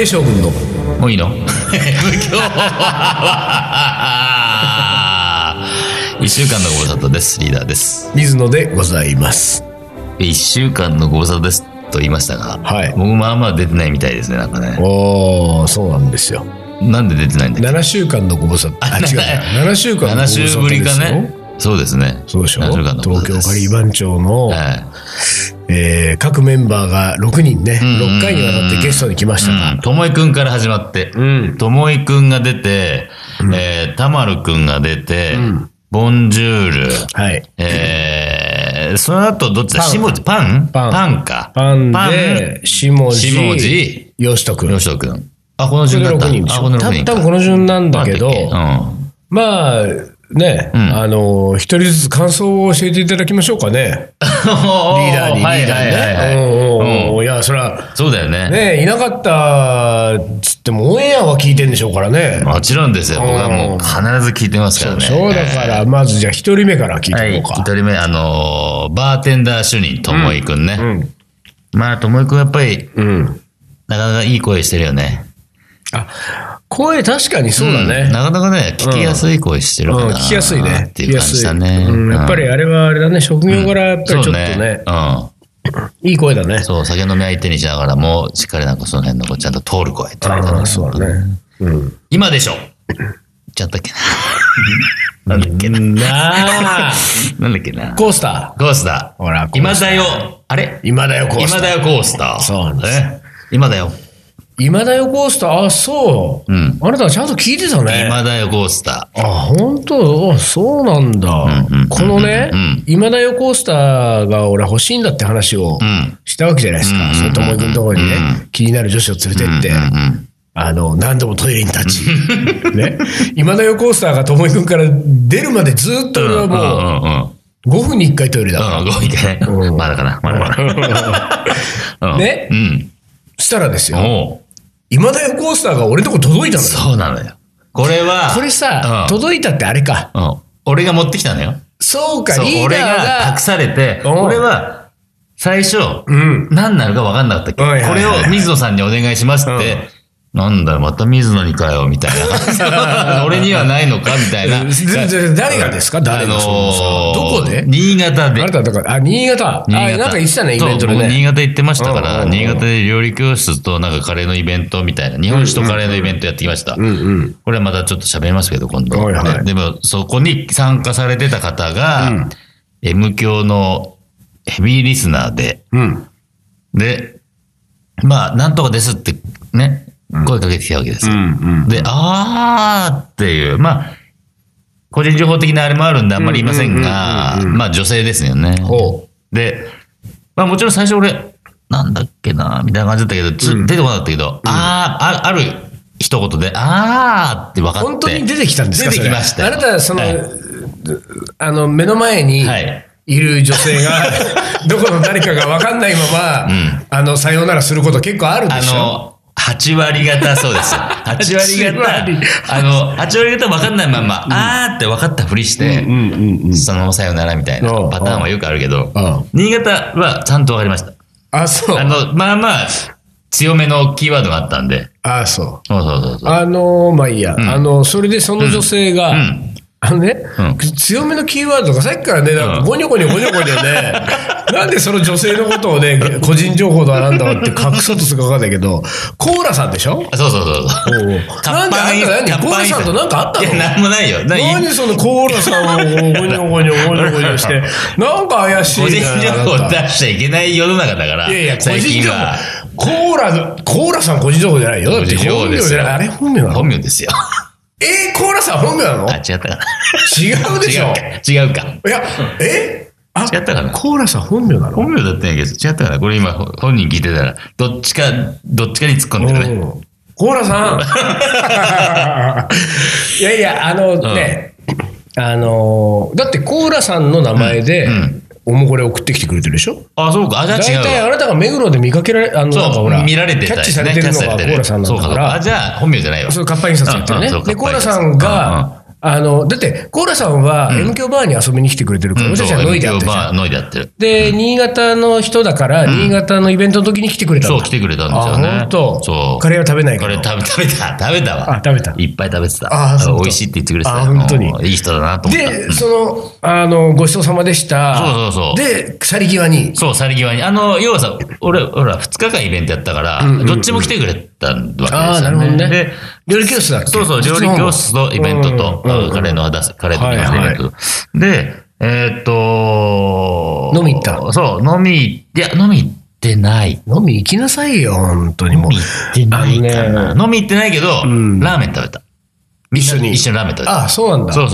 名将軍のもういいの今日1週間のご無沙汰です。リーダーです。 水野でございます。 1週間のご無沙汰ですと言いましたが、 はい、 僕まあまあ出てないみたいですね。なんかね。 おー、そうなんですよ。 なんで出てないんだっけ。 7週間のご無沙汰。あ、違う。7週間のご無沙汰ですよ。7週ぶりかね。 そうですね。 そうでしょ。東京カリー番長の、各メンバーが6人ね、6回にわたってゲストに来ましたが、 ともいくんから始まって、ともいくんが出て、たまるくんが出て、ボンジュール、 はい、 その後どっちだ、パンか。 パンで、下地、よしとくん。 あ、この順だった。 6人でしょ。多分この順なんだけど、まあ、ね、一人ずつ感想を教えていただきましょうかね。リーダーに。いや、そりゃ、 そうだよね。 ね、いなかったつっても、オンエアは聞いてんでしょうからね。 もちろんですよ。僕はもう必ず聞いてますからね。 そうだから、まずじゃあ一人目から聞いていこうか。 一人目、バーテンダー主任、ともいくんね。まあ、ともいくんやっぱり、なかなかいい声してるよね。 あ、声確かにそうだね。 なかなかね、聞きやすい声してるかな。 聞きやすいね。 っていう感じだね。 やっぱりあれはあれだね、職業柄やっぱりちょっとね、いい声だね。 そう、酒飲み相手にしながらも、しっかりなんかその辺のちゃんと通る声っていうかね。 そうだね。 今でしょちゃったっけな。なんだっけな。なんだっけな。 コースター。 ほら、今だよ。あれ今だよコースター。 今だよコースター。 そうなんですね。 今だよ。 今だよコースター、あ、そう。あなたはちゃんと聞いてたね。 今だよコースター。 あ、本当、そうなんだ。このね、今だよコースターが俺欲しいんだって話をしたわけじゃないですか。それともいくんのところにね、気になる女子を連れてって、何度もトイレに立ち、ね。今だよコースターがともいくんから出るまでずっと俺はもう、5分に1回トイレだから。 5分に1回ね。まだかな。 ね。したらですよ。今だよコースターが俺のとこ届いたのよ。 そうなのよ。これさ、届いたってあれか。 俺が持ってきたのよ。 そうか、リーダーが。 俺が託されて、俺は最初、何なるか分かんなかったっけ。これを水野さんにお願いしますって、なんだよ、また水野にかよ、みたいな。俺にはないのかみたいな。 誰がですか？誰がどこで？ 新潟で。 あなただから、新潟。なんか言ってたね、イベントでね。 僕、新潟行ってましたから、新潟で料理教室となんかカレーのイベントみたいな、日本酒とカレーのイベントやってきました。これはまたちょっと喋りますけど、今度。でも、そこに参加されてた方が、M 教のヘビーリスナーで、で、まあ、なんとかですってね、声かけてきたわけですよ。で、っていう、まあ、個人情報的なあれもあるんであんまり言いませんが、まあ女性ですよね。で、まあもちろん最初俺、なんだっけな、みたいな感じだったけど、出てこなかったけど、ある一言で、って分かって。 本当に出てきたんですか？ 出てきました。 あなたは目の前に、いる女性が、どこの誰かが分かんないまま、さようならすること結構あるでしょ 8割方そうですよ。8割方、8割方分かんないまま、って分かったふりして、そのままさよならみたいなパターンはよくあるけど、新潟はちゃんと分かりました。 あ、そう。 まあまあ、強めのキーワードがあったんで。 あ、そう。 そう。 まあいいや。それでその女性が、強めのキーワードがさっきからね、なんかゴニョゴニョね、なんでその女性のことをね、個人情報だなんだって隠そうとするか分かんないけど、コーラさんでしょ？ そう。 なんでコーラさんとなんかあったの？ いや、なんもないよ。 何そのコーラさんをゴニョゴニョして、なんか怪しいな。 個人情報を出しちゃいけない世の中だから。 いや、個人情報。コーラさん個人情報じゃないよ。だって本名じゃない。あれ本名なの？ 本名ですよ。 コーラさん本名なの？ 違ったかな。 違うでしょ。 違うか。 いや、 違ったかな。 コーラさん本名なの？ 本名だったんやけど、違ったかな。これ今、本人聞いてたら、どっちかに突っ込んでるね。 コーラさんいや、ね、だってコーラさんの名前で、おもこれ送ってきてくれてるでしょ？ あ、そうか。じゃあ違う。 大体あなたが目黒で見かけられ、なんかほら、 見られてたキャッチされてるのがコーラさんなんだから。 じゃあ本名じゃないよ。 そう、活版印刷やってるね。で、コーラさんが、 だって、コーラさんは M 響バーに遊びに来てくれてるから、俺たちはノイでやってるじゃん。 ノイでやってる。 で、新潟の人だから、新潟のイベントの時に来てくれたんだ。 そう、来てくれたんですよね。 本当。そう。カレーは食べないから。 カレー食べたわ。 食べた。 いっぱい食べてた。美味しいって言ってくれてた。 本当に。 いい人だなと思った。 で、ごちそうさまでした。 そう。 で、去り際に。 そう、去り際に。要はさ、俺ら2日間イベントやったから、どっちも来てくれたわけですよね。 なるほどね。で、料理教室だっけ？ そう、料理教室とイベントと、カレーのイベント。で、 飲み行った？ そう、飲み行ってない。 飲み行きなさいよ、本当にもう。 飲み行ってないかな。飲み行ってないけど、ラーメン食べた。一緒にラーメン食べた。 そうなんだ。 そう。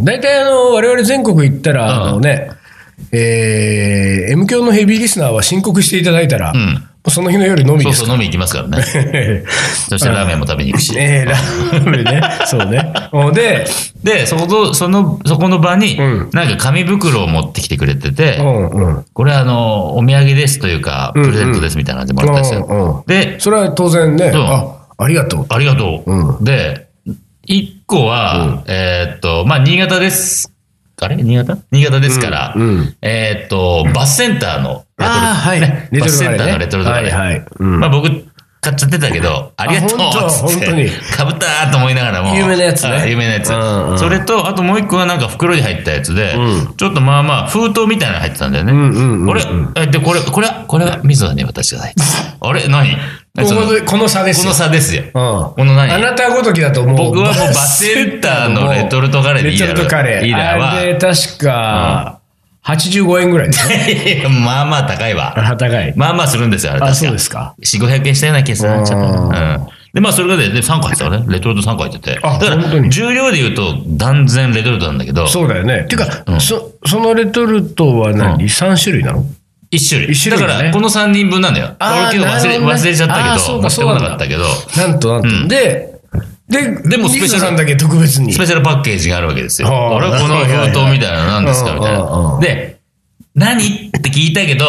大体我々全国行ったら、M 響のヘビーリスナーは申告していただいたら、その日の夜飲みですか？ そう、飲み行きますからね。そしてラーメンも食べに行くし。 ラーメンね。そうね。 で、そこの場に、なんか紙袋を持ってきてくれてて、これお土産ですというか、プレゼントですみたいな感じでもらったんですよ。で、 それは当然ね、ありがとう。 ありがとう。で、一個は、新潟です。あれ新潟ですから、バスセンターのレトルト。バスセンターのレトルトカレー。僕、買っちゃってたけど、ありがとうっつって、かぶったーと思いながらも。 有名なやつね。 有名なやつ。それと、あともう一個はなんか袋に入ったやつで、ちょっと封筒みたいなの入ってたんだよね。これは水野に渡してください。あれ何この差ですよ。 この差ですよ。 この何あなたごときだと思う。 僕はもうバスセンターのレトルトカレーでいいだろう。 レトルトカレー。あれで確か、85円ぐらいですね。 まあまあ高いわ。 高い。 まあまあするんですよ、あれ確か。 そうですか。 4、500円したような気がするな。で、それがで3個入ってたね。レトルト3個入ってて。だから、重量で言うと断然レトルトなんだけど。 そうだよね。てか、そのレトルトは何 ?3 種類なの ？1種類。だから、この3人分なんだよ。俺今日忘れちゃったけど、持ってこなかったけど。 なんと。でもスペシャルさんだけ特別に。 スペシャルパッケージがあるわけですよ。あれこの封筒みたいなの何ですかみたいな。で、何って聞いたけど、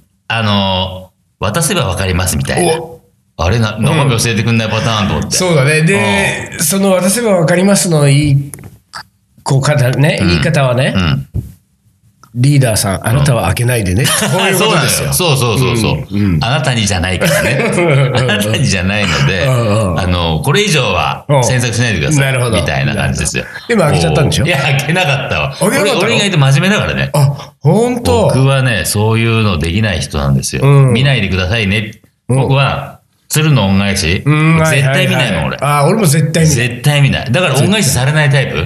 渡せばわかりますみたいな。あれ中身教えてくんないパターンと思って。 そうだね。で、その渡せばわかりますの言い方はね、リーダーさん、あなたは開けないでね。こういうことですよ。 そう。あなたにじゃないからね。あなたにじゃないので、これ以上は詮索しないでください。 なるほど。 みたいな感じですよ。 今開けちゃったんでしょ？ いや、開けなかったわ。俺意外と真面目だからね。 本当？ 僕はね、そういうのできない人なんですよ。見ないでくださいね。僕は、鶴の恩返し絶対見ないもん、俺。 俺も絶対見ない。 絶対見ない。だから恩返しされないタイプ。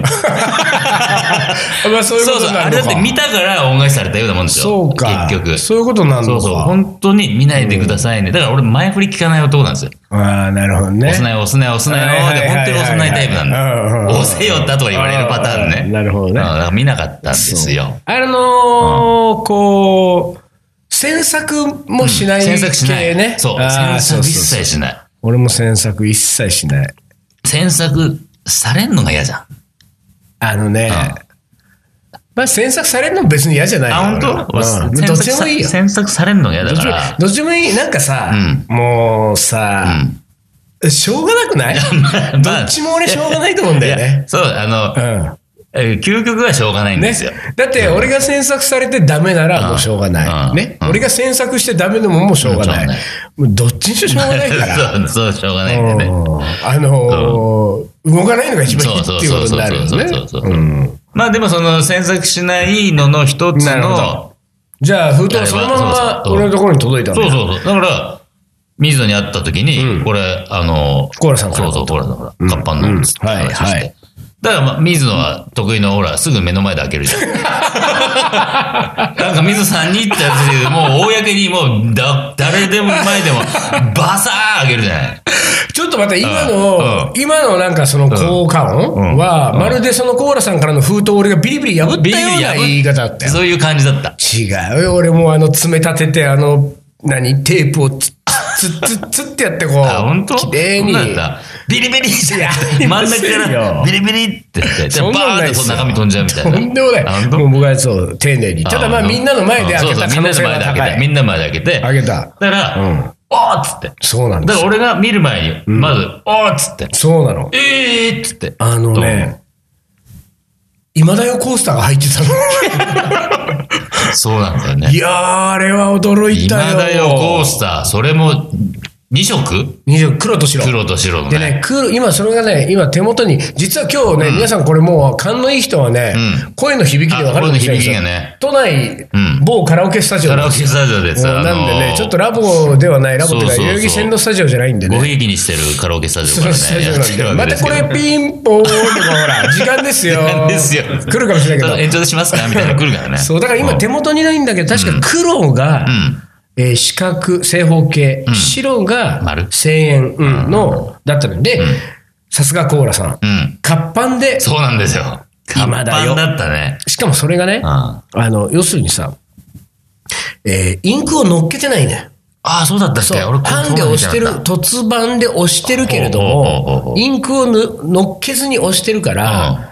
そうそう。 あれだって見たから恩返しされたようなもんですよ。 そうか。 結局。 そういうことなんだ。 そう。本当に見ないでくださいね。だから俺前振り聞かない男なんですよ。 なるほどね。 押すなよ。で、本当に押さないタイプなんだ。押せよって後は言われるパターンね。 なるほどね。 だから見なかったんですよ。 詮索もしない系ね。 詮索しない。そう。詮索一切しない。 俺も詮索一切しない。 詮索されんのが嫌じゃん。 詮索されるのも別に嫌じゃないよ。 本当？ どっちでもいいよ。 詮索されるのが嫌だから。 どっちでもいい。なんかさ、もうさ、しょうがなくない？どっちも俺しょうがないと思うんだよね。 そう、究極はしょうがないんですよ。 だって俺が詮索されてダメならもうしょうがない。ね。俺が詮索してダメでももうしょうがない。どっちにしろしょうがないから。 そう、しょうがないんだよね。 動かないのが一番いいっていうことになるよね。 まあでもその詮索しないのの一つの。 じゃあ封筒そのまま俺のところに届いたんだ。 そう。だから、水野に会った時に、これ、 コーラさんから。 そう、コーラさんから。カッパンのつって話して。だから、水野は得意の、ほら、すぐ目の前で開けるじゃん。なんか、水さんにってやつで、もう、公に、もう、誰でも前でも、バサー開けるじゃない。 ちょっと待って、今のなんかその効果音は、まるでそのコーラさんからの封筒を俺がビリビリ破ったような言い方だったよ。 そういう感じだった。 違うよ、俺も爪立てて、テープをツってやってこう。 本当？ 綺麗に。 ビリビリじゃん。真ん中からビリビリってやって、バーって中身飛んじゃうみたいな。 とんでもない。もう僕はそう、丁寧に。ただみんなの前で開けた可能性が高い。 みんなの前で開けて。 開けた。 だから、おーっつって。 そうなんです。 だから俺が見る前に、まず、おーっつって。 そうなの。 っつって。 今だよコースターが入ってたの。 そうなんだよね。 いやー、あれは驚いたよ。 今だよコースター、それも2色？ 黒と白。 黒と白のね。 でね、今それがね、今手元に、実は今日ね、皆さんこれもう勘のいい人はね、声の響きで分かるかもしれないですよ。都内、某カラオケスタジオ。 カラオケスタジオです。 なんでね、ちょっとラボではない、ラボっていうか、代々木線路スタジオじゃないんでね。 ごひいきにしてるカラオケスタジオからね。 またこれピンポーンとかほら、時間ですよ。 時間ですよ。 来るかもしれないけど。 延長しますかみたいな来るからね。 そう、だから今手元にないんだけど、確か黒が、四角、正方形、白が1000円の、だったので、さすがコーラさん。活版で。 そうなんですよ。 今だよ。 活版だったね。 しかもそれがね、要するにさ、インクを乗っけてないね。 ああ、そうだったっけ？ 俺パンで押してる、凸版で押してるけれども、インクを乗っけずに押してるから、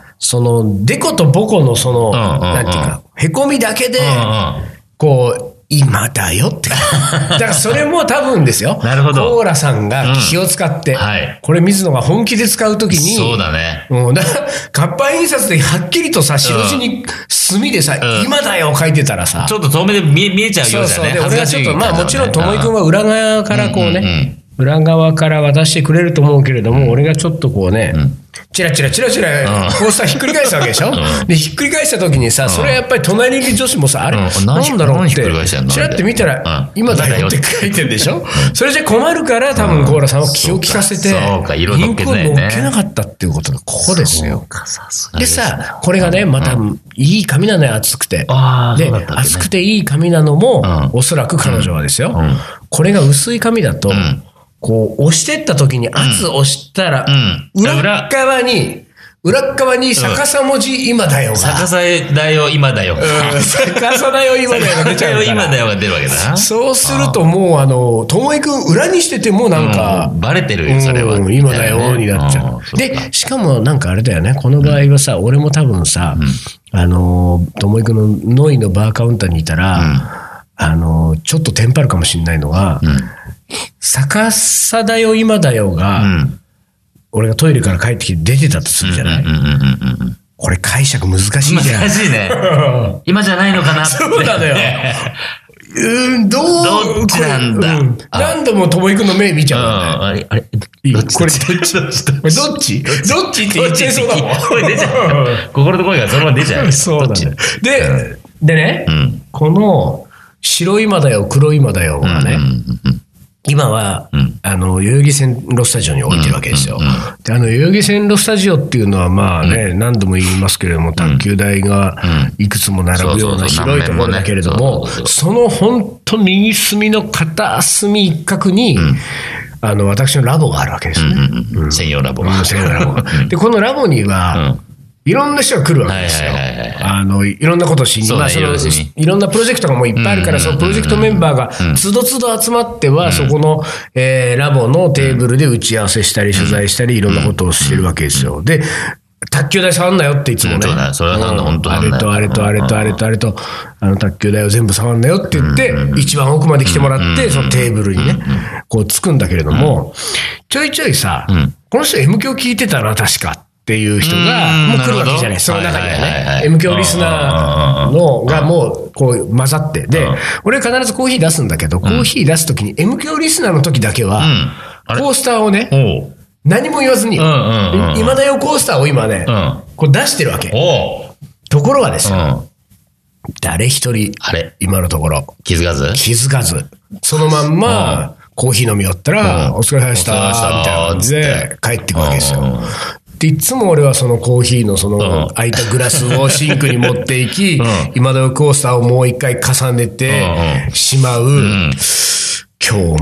その、デコとボコのその、なんていうか、へこみだけで、こう、今だよって。だからそれも多分ですよ。 なるほど。 コーラさんが気を使って、これ水野が本気で使うときに、 そうだね。 だから活版印刷ではっきりとさ、白地に墨でさ、今だよ書いてたらさ、 ちょっと遠目で見えちゃうようじゃね。 俺はちょっと、まあもちろんともいくんは裏側からこうね、裏側から渡してくれると思うけれども、俺がちょっとこうね、チラチラコースターひっくり返すわけでしょ。で、ひっくり返した時にさ、それはやっぱり隣にいる女子もさ、あれ、なんだろうって、チラって見たら、今だよって書いてるでしょ。それじゃ困るから、多分コーラさんは気を利かせて、インクを乗っけなかったっていうことがここですよ。でさ、これがね、またいい紙なのよ、厚くて。で、厚くていい紙なのも、おそらく彼女はですよ。これが薄い紙だと、こう、押してった時に圧押したら、裏側に逆さ文字今だよが。 逆さだよ今だよ。 逆さだよ今だよが出ちゃうから。 今だよが出るわけだな。 そうするともうともいくん裏にしててもなんか。 バレてるよ、それは。 今だよになっちゃう。で、しかもなんかあれだよね、この場合はさ、俺も多分さ、ともいくんのノイのバーカウンターにいたら、ちょっとテンパるかもしれないのが、逆さだよ今だよが、俺がトイレから帰ってきて出てたとするじゃない。これ解釈難しいじゃん。 難しいね。今じゃないのかなって。 そうなのよ。どっちなんだ。 何度もともいくんの目見ちゃう。 あれこれどっちって言っちゃいそうだもん。 声出ちゃう。心と声がそのまま出ちゃう。 そうだね。でね、この白今だよ、黒今だよがね、今は、代々木線路スタジオに置いてるわけですよ。で、代々木線路スタジオっていうのはまあね、何度も言いますけれども、卓球台がいくつも並ぶような広いところだけれども、その本当右隅の片隅一角に、私のラボがあるわけですね。 専用ラボが。 で、このラボには、いろんな人が来るわけですよ。いろんなことをしに、いろんなプロジェクトがもういっぱいあるから、そのプロジェクトメンバーがつどつど集まっては、そこのラボのテーブルで打ち合わせしたり、取材したり、いろんなことをしてるわけですよ。で、卓球台触んなよっていつもね。 それは本当あれとあれとあれとあれとあれと、卓球台を全部触んなよって言って、一番奥まで来てもらって、そのテーブルにね、こうつくんだけれども、ちょいちょいさ、この人 M 響聞いてたな、確か。っていう人が、もう来るわけじゃない。その中にはね。M 響リスナーのがもう、こう混ざって。で、俺必ずコーヒー出すんだけど、コーヒー出すときに M 響リスナーの時だけは、コースターをね、何も言わずに、今だよコースターを今ね、こう出してるわけ。ところがですよ、誰一人、今のところ、 気づかず、そのまんま、コーヒー飲みよったら、お疲れ様でした、みたいな感じで帰ってくるわけですよ。で、いつも俺はそのコーヒーのその空いたグラスをシンクに持っていき、今だよコースターをもう一回重ねてしまう。今日も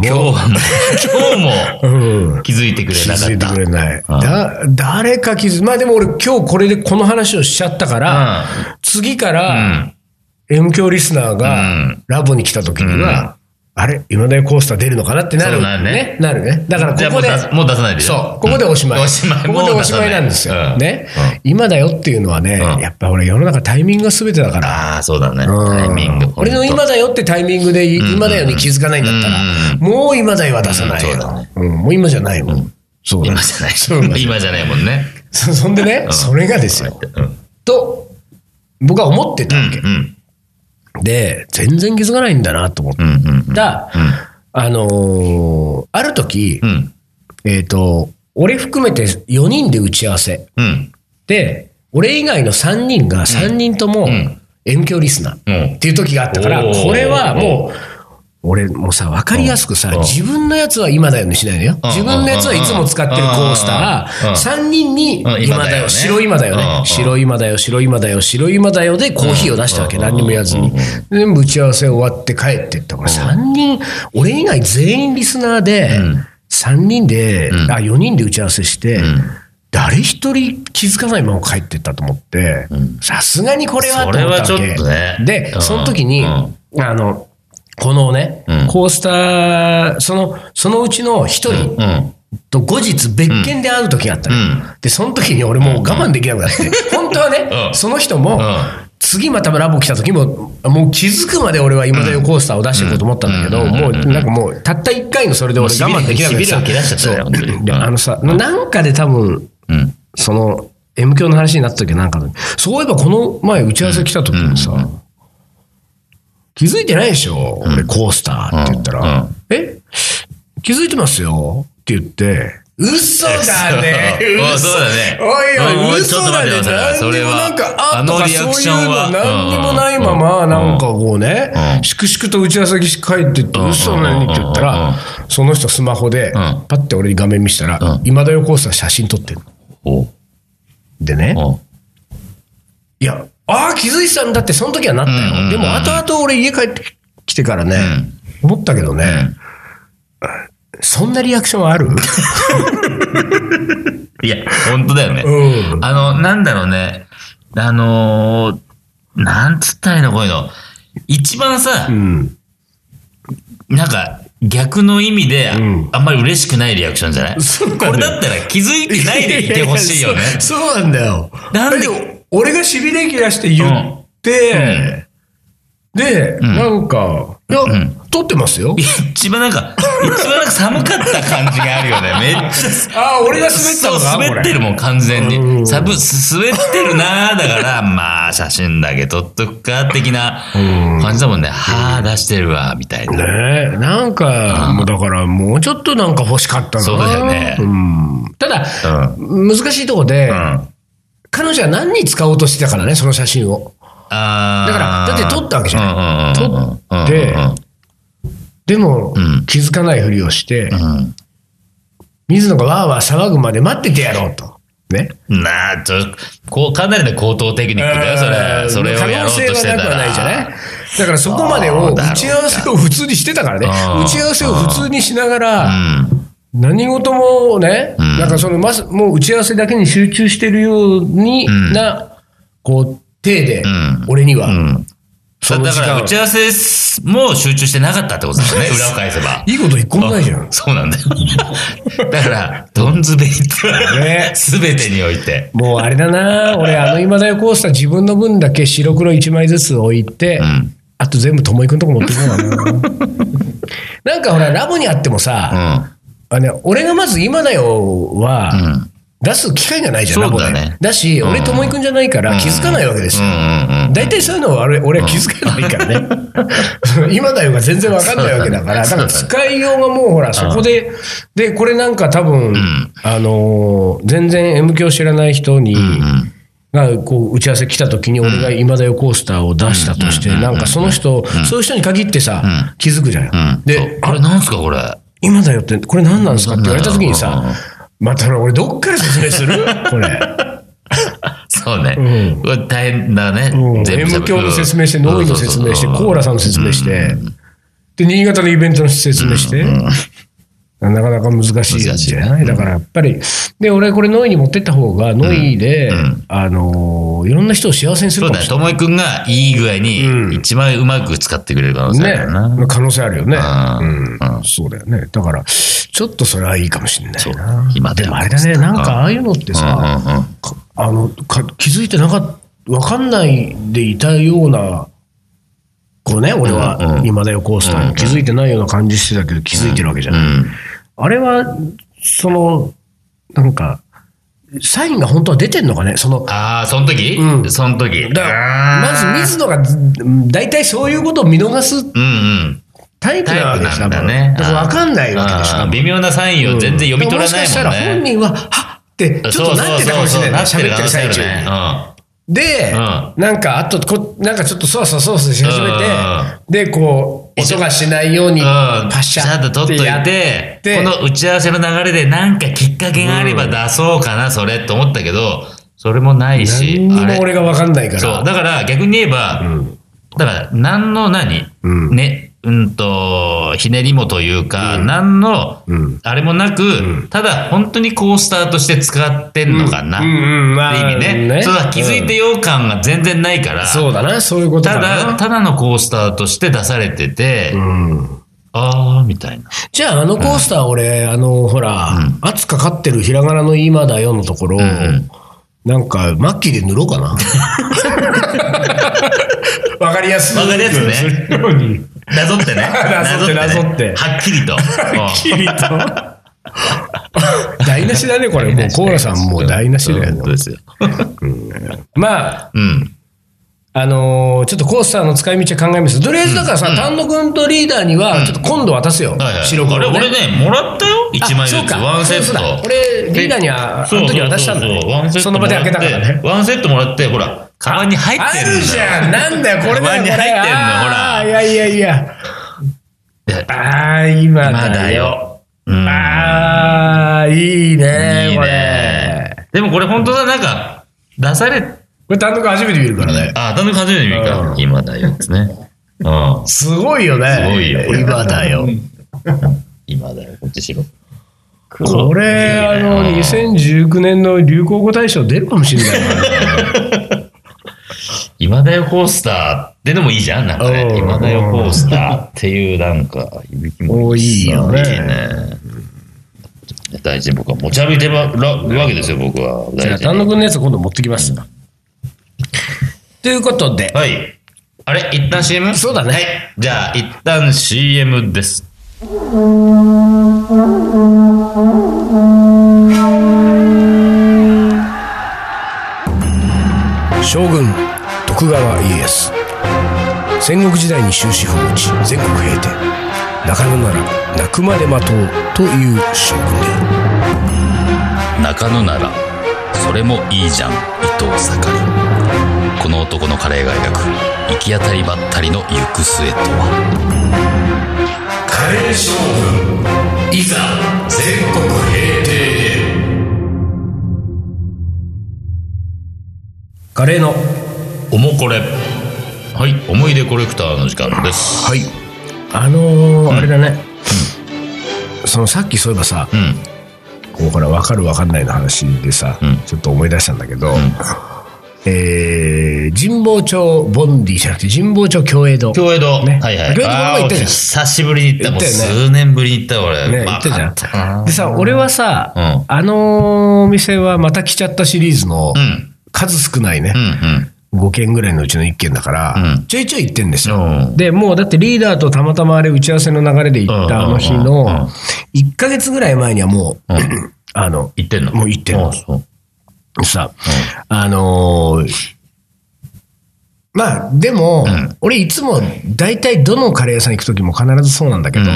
気づいてくれなかった。 気づいてくれない。誰かまあでも俺今日これでこの話をしちゃったから、次から M 響リスナーがラボに来た時には、あれ今だよコースター出るのかなってなるね。なるね。だからここで。 もう出さないでしょ。 そう。ここでおしまい。ここでおしまいなんですよ。ね。今だよっていうのはね、やっぱ俺世の中タイミングが全てだから。 ああ、そうだね。タイミング。 俺の今だよってタイミングで今だよに気づかないんだったら、もう今だよは出さないよ。もう今じゃないもん。 そうだ。今じゃない。今じゃないもんね。 そんでね、それがですよ。と、 僕は思ってたわけ。で、全然気づかないんだなと思った。ある時、俺含めて4人で打ち合わせ。で、俺以外の3人が3人とも M 響リスナーっていう時があったから、これはもう、俺もさ、分かりやすくさ、自分のやつは今だよにしないのよ。自分のやつはいつも使ってるコースター、3人に今だよ、白今だよね。白今だよ、白今だよ、白今だよでコーヒーを出したわけ。何にも言わずに。全部打ち合わせ終わって帰ってった。これ3人、俺以外全員リスナーで、3人で、4人で打ち合わせして、誰一人気づかないまま帰ってったと思って、さすがにこれはと思ったわけ。で、その時に、このね、コースター、そのうちの一人と後日別件で会う時があったの。で、その時に俺もう我慢できなくなって、本当はね、その人も、次またラボ来た時も、もう気づくまで俺は今だよコースターを出していこうと思ったんだけど、もうなんかもうたった1回のそれで俺我慢できなくなってさ、なんかで多分、その M 響の話になった時はなんか、そういえばこの前打ち合わせ来た時にさ、気づいてないでしょ俺コースターって言ったら、気づいてますよって言って、嘘だね。 そうだね。 おいおい、嘘だね。 それは、 なんか、あとかそういうの何にもないまま、なんかこうね、粛々と打ち合わせ帰ってって、嘘なのにって言ったら、その人スマホで、パッて俺に画面見せたら、今だよコースター写真撮ってる。でね、いや、気づいてたんだって、その時はなったよ。でも、後々俺家帰ってきてからね、思ったけどね、そんなリアクションある？ いや、本当だよね。なんだろうね。なんつったらいいの、こういうの。一番さ、なんか、逆の意味で、あんまり嬉しくないリアクションじゃない？これだったら気づいてないでいてほしいよね。 そうなんだよ。なんで、俺がしびれ切らして言って、で、なんか、いや、撮ってますよ。 一番なんか寒かった感じがあるよね。めっちゃ。 俺が滑ったのか？ そう、滑ってるもん、完全に。滑ってるなーだから、まあ、写真だけ撮っとくか、的な感じだもんね。出してるわ、みたいな。 ねえ、なんか、もうだから、もうちょっとなんか欲しかったな。 そうだよね。 ただ、難しいとこで、彼女は何に使おうとしてたからね、その写真を。だから、だって撮ったわけじゃない。撮って、でも、気づかないふりをして、水野がわーわー騒ぐまで待っててやろうと。ね。 かなりの高等テクニックだよ、それをやろうとしてたら。可能性はなくはないじゃない？だからそこまでを、打ち合わせを普通にしてたからね。打ち合わせを普通にしながら、何事もね、なんかもう打ち合わせだけに集中してるようにな、こう、体で、俺には。だから打ち合わせも集中してなかったってことだよね、裏を返せば。 いいこと一個もないじゃん。 そうなんだよ。だから、どんずべりってすべてにおいて。 もうあれだな、俺今だよコースター自分の分だけ白黒1枚ずつ置いて、あと全部ともいくんとこ持ってくのかな。なんかほら、ラボにあってもさ、俺がまず今だよは、出す機会がないじゃん、ラボで。だし、俺ともいくんじゃないから気づかないわけですよ。大体そういうのは俺は気づかないからね。今だよが全然わかんないわけだから、だから使いようがもうほら、そこで、で、これなんか多分、全然 M 響知らない人に、がこう打ち合わせ来た時に俺が今だよコースターを出したとして、なんかその人、そういう人に限ってさ、気づくじゃん。 で、あれなんすかこれ。 今だよって、これ何なんですかって言われた時にさ、また俺どっから説明するこれ。 そうね。これ大変だね。 M 響の説明して、ノイの説明して、コーラさんの説明して、で、新潟のイベントの説明して、なかなか難しいじゃない？だからやっぱり、で、俺これノイに持ってった方が、ノイで、いろんな人を幸せにするかもしれない。 そうだね。ともいくんがいい具合に、一番うまく使ってくれる可能性あるよな。 ね。可能性あるよね。そうだよね。だから、ちょっとそれはいいかもしれないな。でもあれだね、なんかああいうのってさ、気づいてわかんないでいたような、こうね、俺は今だよコースターに気づいてないような感じしてたけど気づいてるわけじゃない。あれは、なんか、 サインが本当は出てんのかね、その時、その時。 だからまず水野が大体そういうことを見逃すタイプなわけですからね。だから分かんないわけでしょ。 微妙なサインを全然読み取らないもんね。もしかしたら本人は、はっってちょっとなってたかもしれない。喋ってる最中に。で、なんかなんかちょっとそわそわし始めて、で、こう、音がしないように、パシャッと取っといて、この打ち合わせの流れでなんかきっかけがあれば出そうかな、それと思ったけど、それもないし。 何にも俺が分かんないから。 そう。だから逆に言えば、だから何のね、ひねりもというか、何の、あれもなく、ただ本当にコースターとして使ってんのかな、って意味ね。そうだ、気づいてよう感が全然ないから、 そうだな、そういうことだな。 ただのコースターとして出されてて、みたいな。 じゃあコースター俺、ほら、圧かかってるひらがなの今だよのところ、なんか、マッキーで塗ろうかな。わかりやすい。 わかりやすくね。なぞってね。 なぞって。 はっきりと。 はっきりと。台無しだね、これ。もう、コーラさんもう台無しだよね。 そうですよ。 まあ、ちょっとコースターの使い道は考えます。とりあえずだからさ、丹野くんとリーダーには、ちょっと今度渡すよ。白黒。 俺ね、もらったよ。1枚ずつ。ワンセット。 俺、リーダーには、その時渡したんだね。その場で開けたからね。 ワンセットもらって、ほら、カバンに入ってるんだよ。 あるじゃん。なんだよ、これだよ。 カバンに入ってんの、ほら。 いや。今だよ。いいね、これ。 でもこれ本当だ、なんか、出され、 これ単独初めて見るからね。 単独初めて見るか。今だよですね。 すごいよね。 すごいよ。 今だよ。 今だよ。こっちしろ。 これ、2019年の流行語大賞出るかもしれない。 今だよコースターってのもいいじゃん。なんかね。今だよコースターっていうなんか、響きもいいよね。 大事に僕は持ち歩いてるわけですよ、僕は。 じゃあ、丹野くんのやつ今度持ってきます。ということで。 はい。あれ一旦 CM？ そうだね。はい。 じゃあ、一旦 CM です。 将軍徳川家康、戦国時代に終止符を打ち全国平定、中野なら泣くまで待とうという将軍である。中野ならそれもいいじゃん、伊藤盛り。この男のカレーが描く行き当たりばったりの行く末とは。カレー将軍いざ全国平定へ。 カレーのおもこれ。はい、思い出コレクターの時間です。 はい。あれだね、そのさっきそういえばさ、ここから分かる分かんないの話でさ、ちょっと思い出したんだけど、神保町ボンディじゃなくて神保町共栄堂。 共栄堂。 ね。 はいはい。 共栄堂も行ったじゃん。 久しぶりに行った。もう数年ぶりに行った俺。 ね、行ったじゃん。でさ、俺はさ、お店はまた来ちゃったシリーズの数少ないね。5件ぐらいのうちの1件だから、ちょいちょい行ってんですよ。で、もうだってリーダーとたまたまあれ打ち合わせの流れで行った日の、1ヶ月ぐらい前にはもう、 行ってんの？ もう行ってんの。さ、まあ、でも、俺いつも大体どのカレー屋さん行くときも必ずそうなんだけど、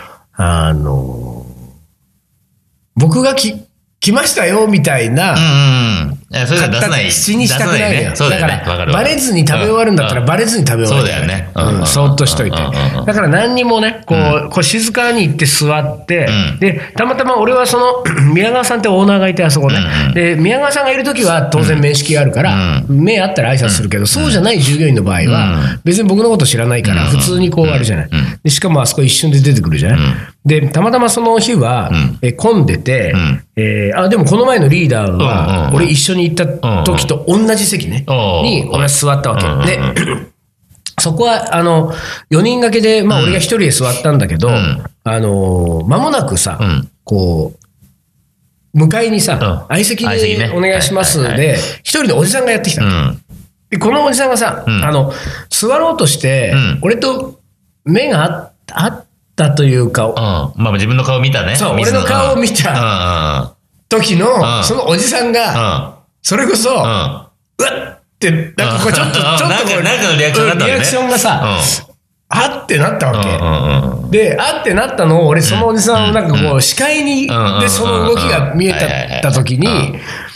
僕が来ましたよみたいな、 それは出さない。 口にしたくないのよ。 そうだよね。 だから、バレずに食べ終わるんだったらバレずに食べ終わる。 そうだよね。 そーっとしといて。だから何にもね、こう静かに行って座って、で、たまたま俺はその、宮川さんってオーナーがいてあそこね。で、宮川さんがいるときは当然面識があるから、目あったら挨拶するけど、そうじゃない従業員の場合は、別に僕のこと知らないから、普通にこうあるじゃない。で、しかもあそこ一瞬で出てくるじゃない。で、たまたまその日は、混んでて、でもこの前のリーダーは、俺一緒に行った時と同じ席ね、に俺は座ったわけ。で、そこは、4人掛けで、まあ俺が一人で座ったんだけど、間もなくさ、こう、向かいにさ、相席でお願いしますで、一人でおじさんがやってきた。で、このおじさんがさ、座ろうとして、俺と目があったというか、 まあ自分の顔見たね。 そう、俺の顔を見た時の、そのおじさんが、それこそ、うわっって、なんかこうちょっとこう、 なんかのリアクションだったね。 リアクションがさ、あってなったわけ。で、あってなったのを、俺そのおじさんをなんかこう、視界に、で、その動きが見えた時に、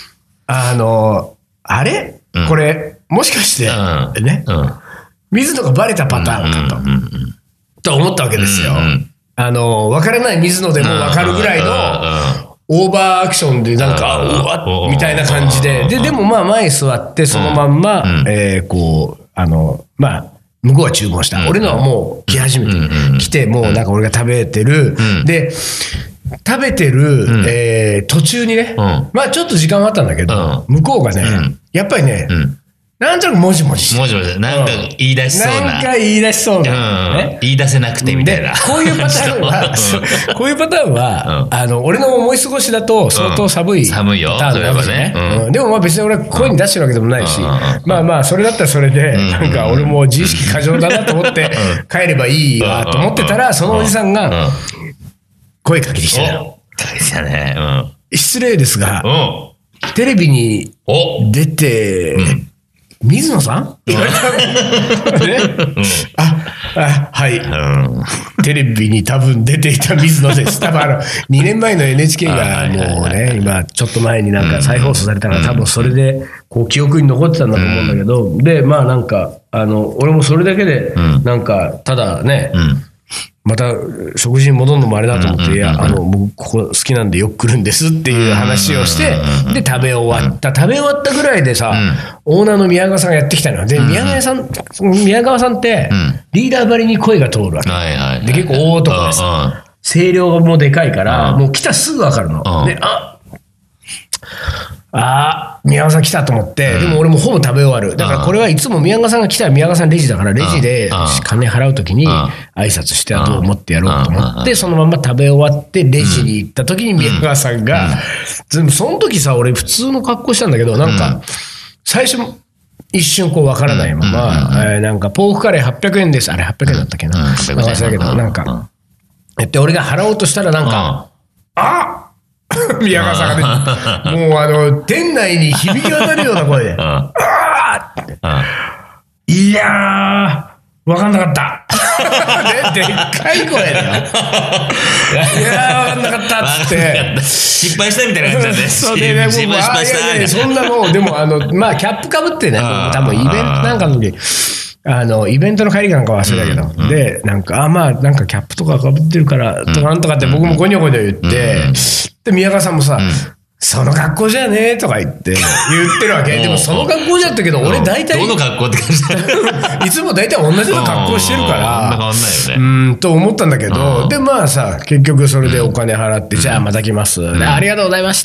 あれこれ、もしかして、ね、水野がバレたパターンかと思ったわけですよ。わからない水野でもわかるぐらいの、オーバーアクションでなんか、うわっみたいな感じで、でもまあ前に座って、そのまんま、こう、まあ、向こうは注文した。俺のはもう来始めて、来て、もうなんか俺が食べてる。で、食べてる、途中にね、まあちょっと時間はあったんだけど、向こうがね、やっぱりね、なんとなくもじもじして。 もじもじ。なんか言い出しそうな。 なんか言い出しそうな。 言い出せなくてみたいな。 こういうパターンは、こういうパターンは、俺の思い過ごしだと相当寒いパターンなんですね。でもまあ別に俺は声に出してるわけでもないし、まあまあそれだったらそれで、なんか俺も自意識過剰だなと思って帰ればいいわと思ってたら、そのおじさんが声かけてきたよ。 かけてきたね。 失礼ですが、テレビに出て、水野さんって言われたのね。はい。テレビに多分出ていた水野です。多分2年前の NHK がもうね、今ちょっと前になんか再放送されたから多分それでこう記憶に残ってたんだと思うんだけど、で、まあなんか、俺もそれだけで、なんか、ただね、また食事に戻るのもあれだと思って、いや、僕ここ好きなんでよく来るんですっていう話をして、で、食べ終わったぐらいでさ、オーナーの宮川さんがやってきたのよ。で、宮川さんって、リーダーばりに声が通るわけ。で、結構大男でさ、声量もでかいから、もう来たらすぐわかるの。で、宮川さん来たと思って、でも俺もほぼ食べ終わる。だからこれはいつも宮川さんが来たら宮川さんレジだから、レジで金払うときに挨拶してはどう思ってやろうと思って、そのまま食べ終わってレジに行ったときに宮川さんが、その時さ、俺普通の格好したんだけど、なんか、最初一瞬こうわからないまま、なんかポークカレー800円です。あれ800円だったっけな。忘れたけど、なんか、俺が払おうとしたらなんか、宮川さんがね、もう店内に響き渡るような声で、いやー、わかんなかった。でっかい声だよ。いやー、わかんなかったっつって。 失敗したみたいな感じなんで。 そうでね、失敗した。そんなの、でもまあ、キャップかぶってね、多分イベントなんかの時、イベントの帰りかなんか忘れたけど、で、なんか、まあ、なんかキャップとかかぶってるから、とかなんとかって僕もゴニョゴニョ言って、で、宮川さんもさ、その格好じゃねえとか言ってるわけ。でもその格好じゃったけど、俺大体。 どの格好って感じいつも大体同じような格好してるから。 変わんないよね。 と思ったんだけど、で、まあさ、結局それでお金払って、じゃあまた来ます。ありがとうございました。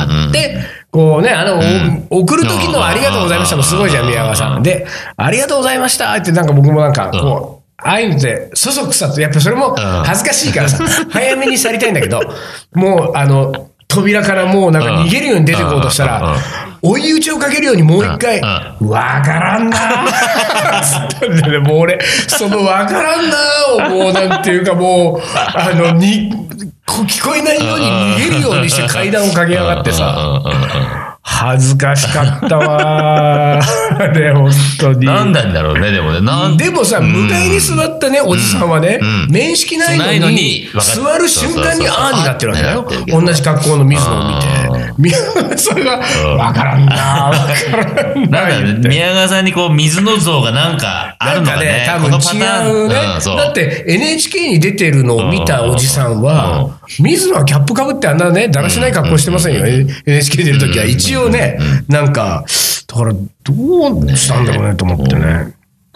で、こうね、送る時のありがとうございましたもすごいじゃん、宮川さん。で、ありがとうございましたってなんか僕もなんか、こう、ああいうのってそそくさと、やっぱそれも恥ずかしいからさ、早めに去りたいんだけど、もう扉からもうなんか逃げるように出てこうとしたら、追い打ちをかけるようにもう一回、わからんなーもう俺、そのわからんなーをもうなんていうかもう、聞こえないように逃げるようにして階段を駆け上がってさ、恥ずかしかったわー。ね、本当に。 なんだんだろうね、でもね。 でもさ、向かいに座ったね、おじさんはね、面識ないのに、座る瞬間にあーになってるわけだよ。同じ格好の水野を見て。宮川さんが、わからんなー、わからんなー。 なんか、宮川さんにこう、水野像がなんかあるのかね。 多分違うね。だって NHK に出てるのを見たおじさんは、水野はキャップかぶってあんなね、だらしない格好してませんよ。NHK 出るときは一応ね、なんか、だから、どうしたんだろうねと思ってね。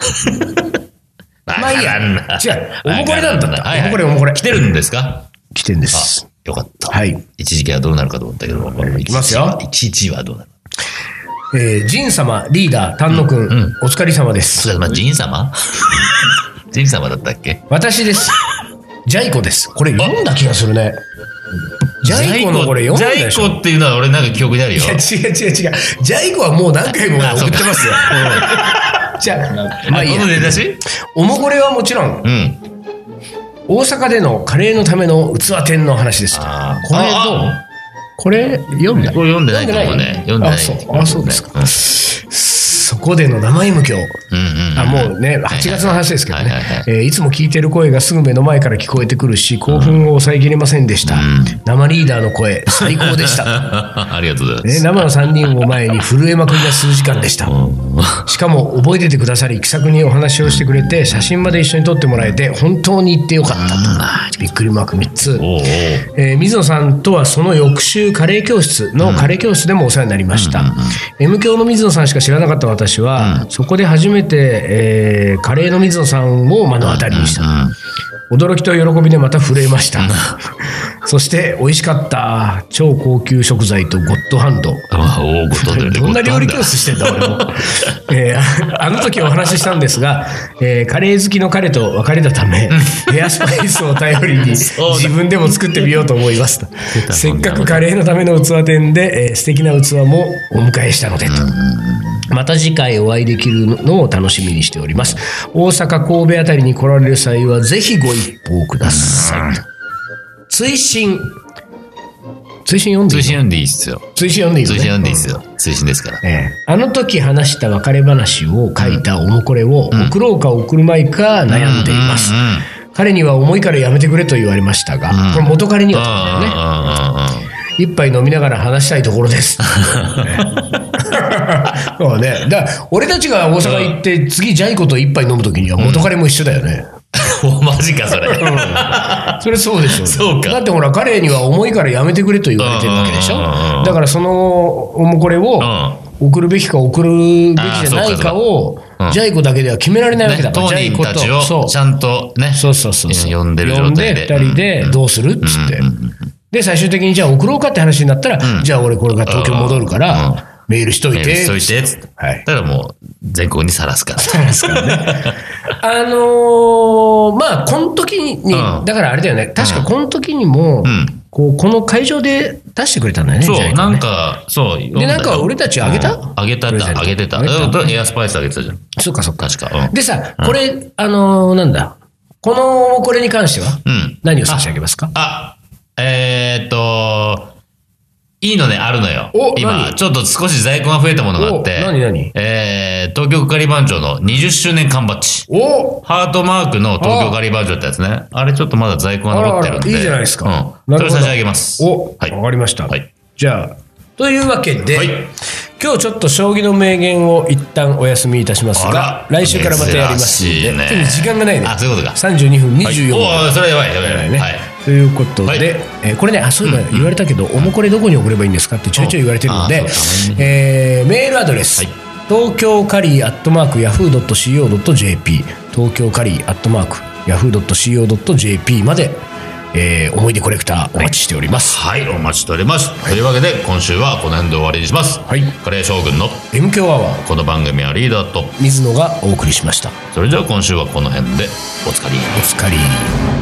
まあいいや。違う。おもこれなんだった。おもこれ。 来てるんですか？ 来てるんです。 よかった。 はい。 一時期はどうなるかと思ったけど、 いきますよ。 1はどうなる？ ジン様、リーダー、丹野くん、お疲れ様です。 ジン様？ジン様だったっけ？ 私です。ジャイコです。これ読んだ気がするね。ジャイコのこれ読んだでしょ。 ジャイコっていうのは俺なんか記憶にあるよ。 いや、違う。ジャイコはもう何回も送ってますよ。じゃあ、まあいいや。おもこれはもちろん、大阪でのカレーのための器店の話です。これどう？ これ読んだ？ これ読んでないかもね。読んでない。 そうですか。そこでの生 M 響。もうね、8月の話ですけどね。いつも聞いてる声がすぐ目の前から聞こえてくるし、興奮を抑えきれませんでした。生リーダーの声、最高でした。 ありがとうございます。 生の3人を前に震えまくりな数時間でした。しかも覚えててくださり、気さくにお話をしてくれて、写真まで一緒に撮ってもらえて、本当に行ってよかったと。びっくりマーク3つ。水野さんとはその翌週、カレー教室でもお世話になりました。M 教の水野さんしか知らなかった私は、そこで初めて、カレーの水野さんを目の当たりにした。驚きと喜びでまた震えました。そして美味しかった超高級食材とゴッドハンド。どんな料理教室してんだ俺も。あの時お話ししたんですが、カレー好きの彼と別れたため、ヘアスパイスを頼りに自分でも作ってみようと思いますと。せっかくカレーのための器店で、素敵な器もお迎えしたのでと。また次回お会いできるのを楽しみにしております。大阪、神戸あたりに来られる際はぜひご一報ください。追伸読んでいいですよ。追伸読んでいいですよ。追伸ですから。あの時話した別れ話を書いたおもこれを送ろうか送るまいか悩んでいます。彼には重いからやめてくれと言われましたが、これ元彼にはね。一杯飲みながら話したいところです。そうね。だから俺たちが大阪行って次ジャイコと一杯飲むときには元彼も一緒だよね。 マジかそれ。 それそうでしょ。 そうか。 だってほら彼には重いからやめてくれと言われてるわけでしょ。だからそのおこれを送るべきか送るべきじゃないかをジャイコだけでは決められないわけだから。 当人たちをちゃんとね。呼んでる状態で。 2人でどうするっつって。で最終的にじゃあ送ろうかって話になったら、じゃあ俺これが東京戻るから。メールしといて。 はい。だからもう、全国にさらすから。 さらすからね。まあ、この時に、だからあれだよね。確かこの時にも、この会場で出してくれたんだよね。 そう、なんか、そう。 で、なんか俺たちあげた？ あげてた。エアスパイスあげてたじゃん。 そうか、そうか。 確か。 でさ、これ、なんだ。これに関しては、何を差し上げますか？ いいのね、あるのよ。今、ちょっと少し在庫が増えたものがあって。 何東京カリバン長の20周年缶バッジ。ハートマークの東京カリバン長ってやつね。あれちょっとまだ在庫が残ってるんで。 いいじゃないですか。 それ差し上げます。 わかりました。じゃあ、というわけで、今日ちょっと将棋の名言を一旦お休みいたしますが、来週からまたやりますので、ちょっと時間がないね。 そういうことか。 32分24秒。 それやばいね。 ということで、これね、そういえば言われたけど、おもこれどこに送ればいいんですかってちょいちょい言われてるので、メールアドレス、東京カリー@yahoo.co.jp、東京カリー@yahoo.co.jp まで、思い出コレクターお待ちしております。 はい、お待ちしております。というわけで、今週はこの辺で終わりにします。カレー将軍の M 強アワー。 この番組はリーダーと水野がお送りしました。 それでは今週はこの辺でおつかり。